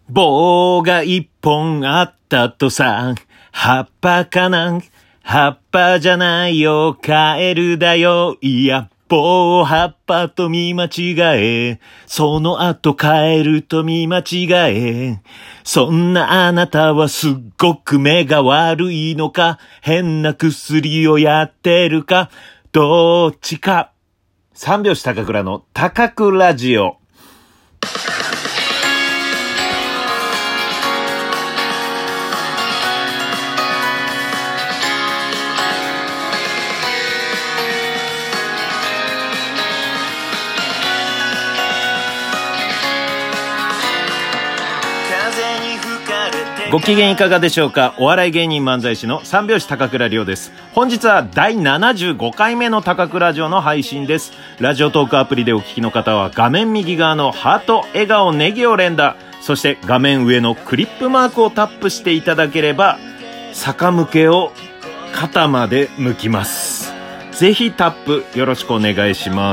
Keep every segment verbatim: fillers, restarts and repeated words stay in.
棒が一本あったとさ、葉っぱかな、葉っぱじゃないよ、カエルだよ、いや、棒を葉っぱと見間違え、その後カエルと見間違え、そんなあなたはすっごく目が悪いのか、変な薬をやってるか、どっちか。三拍子高倉の高倉ラジオ。ご機嫌いかがでしょうか。お笑い芸人漫才師の三拍子高倉涼です。本日はだいななじゅうごかいめの高倉ラジオの配信です。ラジオトークアプリでお聞きの方は画面右側のハート、笑顔、ネギを連打、そして画面上のクリップマークをタップしていただければ逆向けを肩まで向きます。ぜひタップよろしくお願いします。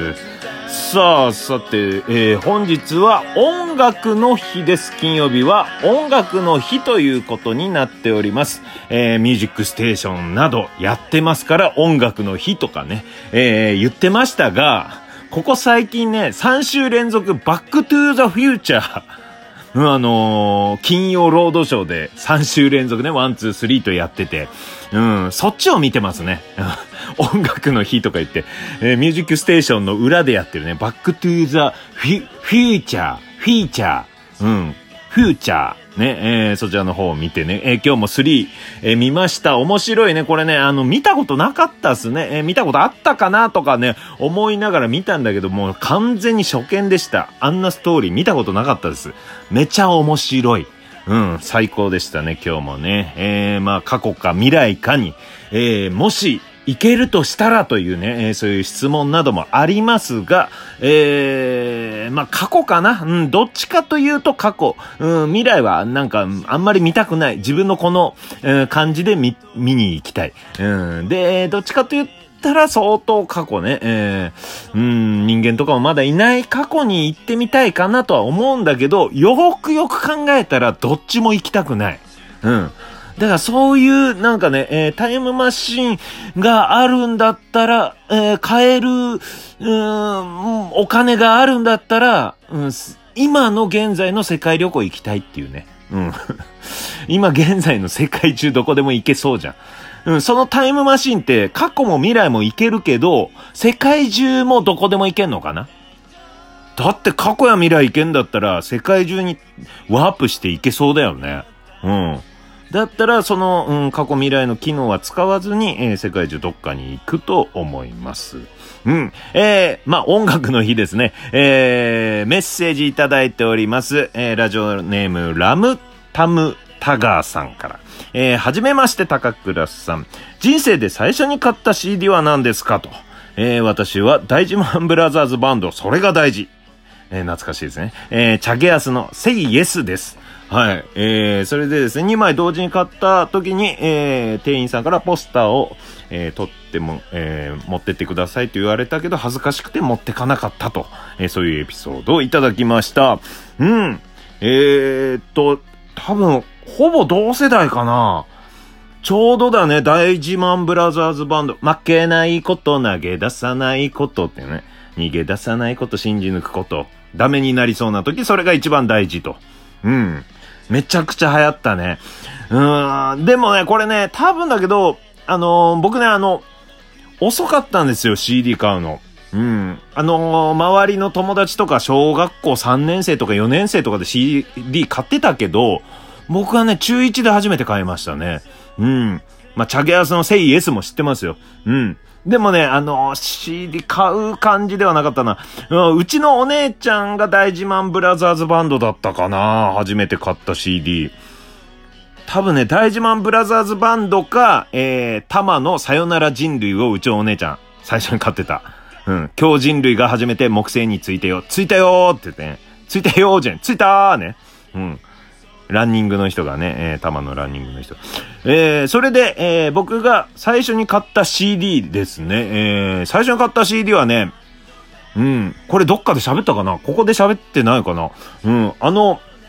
さあ、さて、えー、本日は音楽の日です。金曜日は音楽の日ということになっております。えー、ミュージックステーションなどやってますから音楽の日とかね、えー、言ってましたが、ここ最近ね、さん週連続バックトゥーザフューチャー、うん、あのー、金曜ロードショーでさん週連続ね、ワン、ツー、スリーとやってて、うん、そっちを見てますね。音楽の日とか言って、えー、ミュージックステーションの裏でやってるね、バックトゥーザフューチャー、フィーチャー、うん、フューチャー、ね、えー、そちらの方を見てね、えー、今日もスリー、えー、見ました。面白いね、これね、あの、見たことなかったっすね。えー、見たことあったかなとかね、思いながら見たんだけど、もう完全に初見でした。あんなストーリー見たことなかったです。めちゃ面白い。うん、最高でしたね、今日もね。えー、まあ、過去か未来かに、えー、もし、いけるとしたらというね、えー、そういう質問などもありますが、えー、まあ、過去かな、うん、どっちかというと過去、うん、未来はなんか、あんまり見たくない。自分のこの、えー、感じで見、見に行きたい。うん、で、どっちかと言ったら相当過去ね、えー、うん、人間とかもまだいない過去に行ってみたいかなとは思うんだけど、よくよく考えたらどっちも行きたくない。うん。だからそういうなんかね、えー、タイムマシンがあるんだったら、えー、買える、うーん、お金があるんだったら、うん、今の現在の世界旅行行きたいっていうね。うん、今現在の世界中どこでも行けそうじゃん。うん、そのタイムマシンって過去も未来も行けるけど、世界中もどこでも行けんのかな？だって過去や未来行けんだったら世界中にワープして行けそうだよね。うん。だったら、その、うん、過去未来の機能は使わずに、えー、世界中どっかに行くと思います。うん。えー、まあ、音楽の日ですね。えー、メッセージいただいております。えー、ラジオネーム、ラムタムタガーさんから。えー、はじめまして、高倉さん。人生で最初に買った シーディー は何ですかと。えー、私は大事マンブラザーズバンド、それが大事。えー、懐かしいですね。えー、チャゲアスの Say Yes です。はい。えー、それでですね、にまい同時に買った時に、えー、店員さんからポスターを、えー、取っても、えー、持ってってくださいと言われたけど、恥ずかしくて持ってかなかったと、えー、そういうエピソードをいただきました。うん。えーっと、多分、ほぼ同世代かな。ちょうどだね、大事マンブラザーズバンド。負けないこと、投げ出さないことってね。逃げ出さないこと、信じ抜くこと。ダメになりそうな時、それが一番大事と。うん。めちゃくちゃ流行ったね。うーん。でもね、これね、多分だけど、あのー、僕ね、あの、遅かったんですよ、シーディー 買うの。うん。あのー、周りの友達とか、小学校さんねん生とかよねん生とかで シーディー 買ってたけど、僕はね、中いちで初めて買いましたね。うん。まあ、チャゲアスの Say Yes も知ってますよ。うん。でもね、あのー、シーディー 買う感じではなかったな。うん、うちのお姉ちゃんが大事マンブラザーズバンドだったかな。初めて買った シーディー。多分ね、大事マンブラザーズバンドか、えー、タマのさよなら人類をうちのお姉ちゃん、最初に買ってた。うん。今日人類が初めて木星についてよ。ついたよーって言ってね。ついたよーじゃん。ついたーね。うん。ランニングの人がね、えー、玉のランニングの人。えー、それで、えー、僕が最初に買った シーディー ですね。えー、最初に買った シーディー はね、うん、これどっかで喋ったかな？ここで喋ってないかな？うん、あの、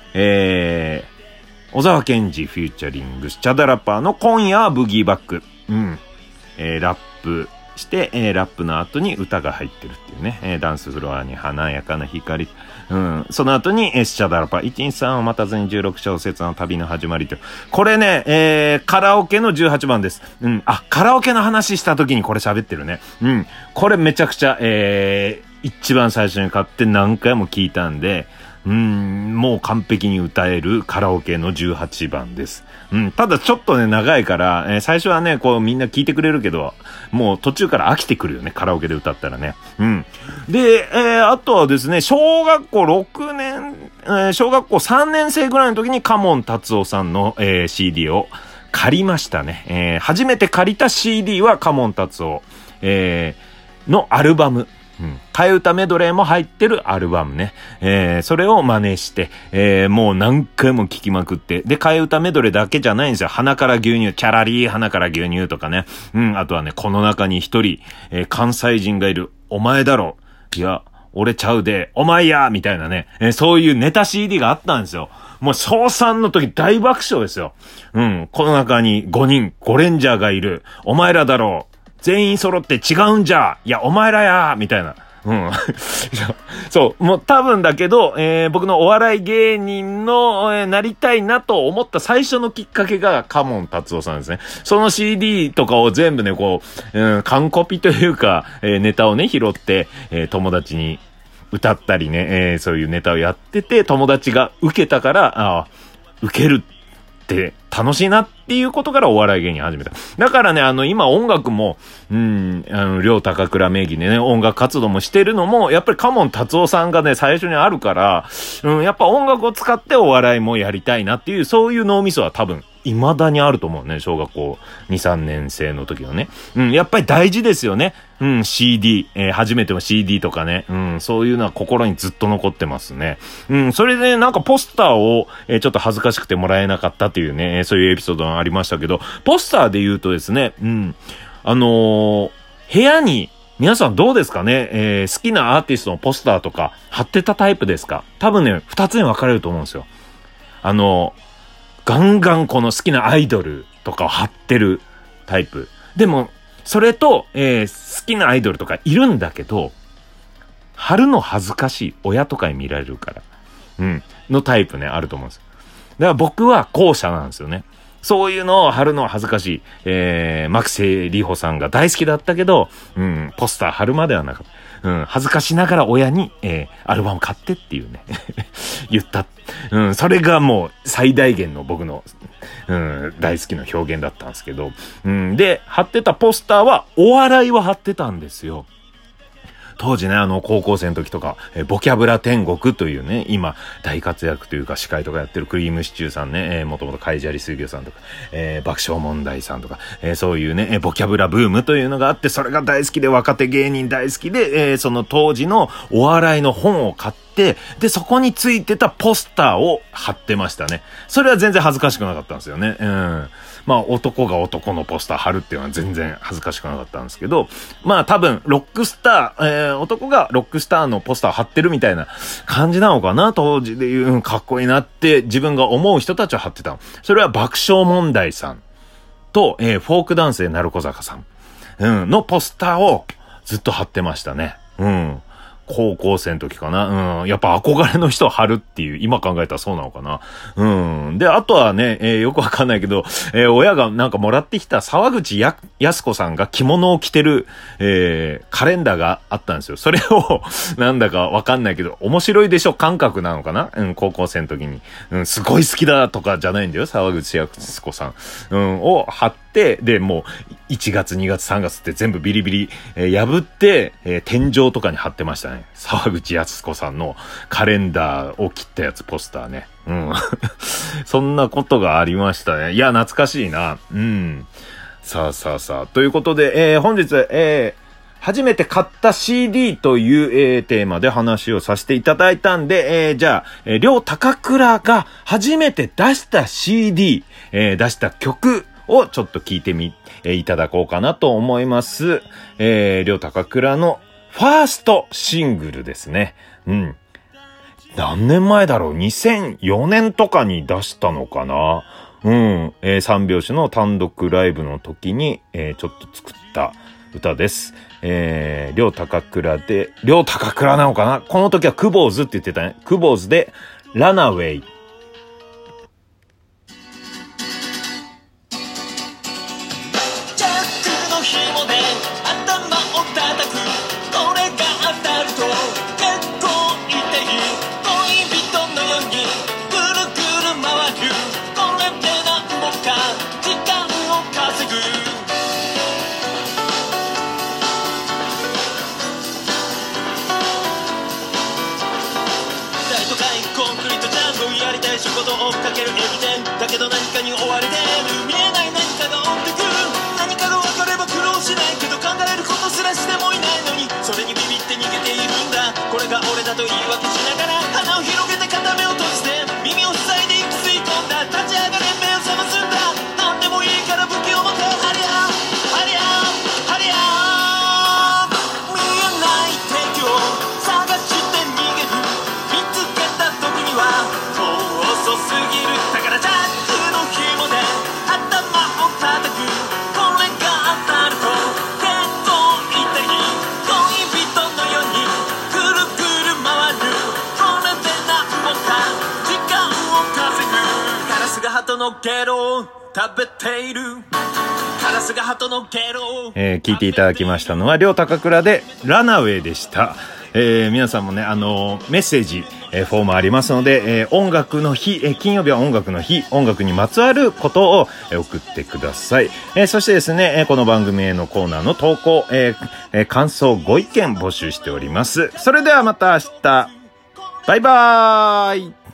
えー、小沢健二フューチャリングスチャダラッパーの今夜はブギーバック。うん。えー、ラップして、えー、ラップの後に歌が入ってるっていうね。えー、ダンスフロアに華やかな光。うん。その後に、えー、スチャダラッパー。いちにちさんを待たずにじゅうろく小節の旅の始まりと。これね、えー、カラオケのじゅうはちばんです。うん。あ、カラオケの話した時にこれ喋ってるね。うん。これめちゃくちゃ、えー、一番最初に買って何回も聞いたんで、うーん、もう完璧に歌えるカラオケのじゅうはちばんです。うん、ただちょっとね、長いから、えー、最初はね、こうみんな聞いてくれるけど、もう途中から飽きてくるよね、カラオケで歌ったらね。うん。で、えー、あとはですね、小学校ろくねん、えー、小学校さんねん生ぐらいの時にカモン達夫さんの、えー、シーディー を借りましたね。えー、初めて借りた シーディー はカモン達夫、えー、のアルバム。うん。替え歌メドレーも入ってるアルバムね。えー、それを真似して、えー、もう何回も聴きまくって。で、替え歌メドレーだけじゃないんですよ。鼻から牛乳、キャラリー鼻から牛乳とかね。うん、あとはね、この中に一人、えー、関西人がいる。お前だろ。いや、俺ちゃうで、お前やみたいなね。えー、そういうネタ シーディー があったんですよ。もう、小さんの時大爆笑ですよ。うん、この中にごにん、ごレンジャーがいる。お前らだろう。全員揃って違うんじゃいや、お前らやみたいな。うん。そう。もう多分だけど、えー、僕のお笑い芸人の、えー、なりたいなと思った最初のきっかけがカモン達夫さんですね。その シーディー とかを全部ね、こう、うん、完コピというか、えー、ネタをね、拾って、えー、友達に歌ったりね、えー、そういうネタをやってて、友達が受けたから、ああ、受けるって楽しいなっていうことからお笑い芸人始めた。だからね、あの、今音楽も、うん、あの、両高倉名義でね、音楽活動もしてるのも、やっぱりカモン達夫さんがね、最初にあるから、うん、やっぱ音楽を使ってお笑いもやりたいなっていう、そういう脳みそは多分、未だにあると思うね、小学校に、さんねん生の時のね。うん、やっぱり大事ですよね。うん、シーディー、えー、初めての シーディー とかね。うん、そういうのは心にずっと残ってますね。うん、それでなんかポスターを、えー、ちょっと恥ずかしくてもらえなかったっていうね、そういうエピソードがありましたけど、ポスターで言うとですね、うん、あのー、部屋に、皆さんどうですかね、えー、好きなアーティストのポスターとか貼ってたタイプですか？多分ね、二つに分かれると思うんですよ。あのー、ガンガンこの好きなアイドルとかを貼ってるタイプ。でも、それと、えー、好きなアイドルとかいるんだけど、貼るの恥ずかしい。親とかに見られるから。うん。のタイプね、あると思うんです。だから僕は後者なんですよね。そういうのを貼るのは恥ずかしい。えー、牧瀬里穂さんが大好きだったけど、うん、ポスター貼るまではなかった。うん、恥ずかしながら親に、えー、アルバム買ってっていうね、言った。うん、それがもう最大限の僕の、うん、大好きな表現だったんですけど、うん、で、貼ってたポスターは、お笑いは貼ってたんですよ。当時ね、あの、高校生の時とか、えー、ボキャブラ天国というね、今、大活躍というか、司会とかやってるクリームシチューさんね、えー、もともとカイジャリ水魚さんとか、えー、爆笑問題さんとか、えー、そういうね、えー、ボキャブラブームというのがあって、それが大好きで、若手芸人大好きで、えー、その当時のお笑いの本を買って、で、そこについてたポスターを貼ってましたね。それは全然恥ずかしくなかったんですよね。うん。まあ、男が男のポスター貼るっていうのは全然恥ずかしくなかったんですけど、まあ多分、ロックスター、えー、男がロックスターのポスター貼ってるみたいな感じなのかな、当時で言う、うん、かっこいいなって自分が思う人たちは貼ってたの。それは爆笑問題さんと、えー、フォークダンスで鳴子坂さん、うん、のポスターをずっと貼ってましたね。うん。高校生の時かな。うん。やっぱ憧れの人を貼るっていう、今考えたらそうなのかな。うん。で、あとはね、えー、よくわかんないけど、えー、親がなんかもらってきた沢口や、やす子さんが着物を着てる、えー、カレンダーがあったんですよ。それを、なんだかわかんないけど、面白いでしょ感覚なのかな。うん、高校生の時に。うん、すごい好きだとかじゃないんだよ。沢口やす子さん。うん、を貼って、で、もう、いちがつ、にがつ、さんがつって全部ビリビリ、えー、破って、えー、天井とかに貼ってましたね。沢口靖子さんのカレンダーを切ったやつ、ポスターね。うん。そんなことがありましたね。いや、懐かしいな。うん。さあさあさあ。ということで、えー、本日、えー、初めて買った シーディー という、えー、テーマで話をさせていただいたんで、えー、じゃあ、えー、両高倉が初めて出した シーディー、えー、出した曲をちょっと聞いてみ、えー、いただこうかなと思います。えー、両高倉のファーストシングルですね。うん。 何年前だろう ?にせんよねんとかに出したのかな。うん。えー、三拍子の単独ライブの時に、えー、ちょっと作った歌です。えー、両高倉で、両高倉なのかな、この時はクボーズって言ってたね。クボーズで、ラナウェイ。 仕事を追っかけるエビデンだけど何かに追われてる見えない何かが追ってくる何かが分かれば苦労しないけど考えることすらしてもいないのにそれにビビって逃げているんだこれが俺だと言い訳しながら鼻を広げて片目を閉じて耳を塞いで息吸い込んだ立ち上がれ目を覚ますんだ何でもいいから武器を持てハリアーハリアーハリアー見えない敵を探して逃げる見つけた時には遅すぎるだからジャックの紐で頭を叩くこれが当たると結構痛い恋人のようにくるくる回るこれでなんぼか時間を稼ぐカラスが鳩のゲロを食べているカラスが鳩のゲロを、 えー、聞いていただきましたのは両高倉でラナウェイでした。えー、皆さんもね、あのー、メッセージ、えー、フォームありますので、えー、音楽の日、えー、金曜日は音楽の日、音楽にまつわることを、えー、送ってください。えー、そしてですね、えー、この番組へのコーナーの投稿、えーえー、感想、ご意見募集しております。それではまた明日、バイバーイ。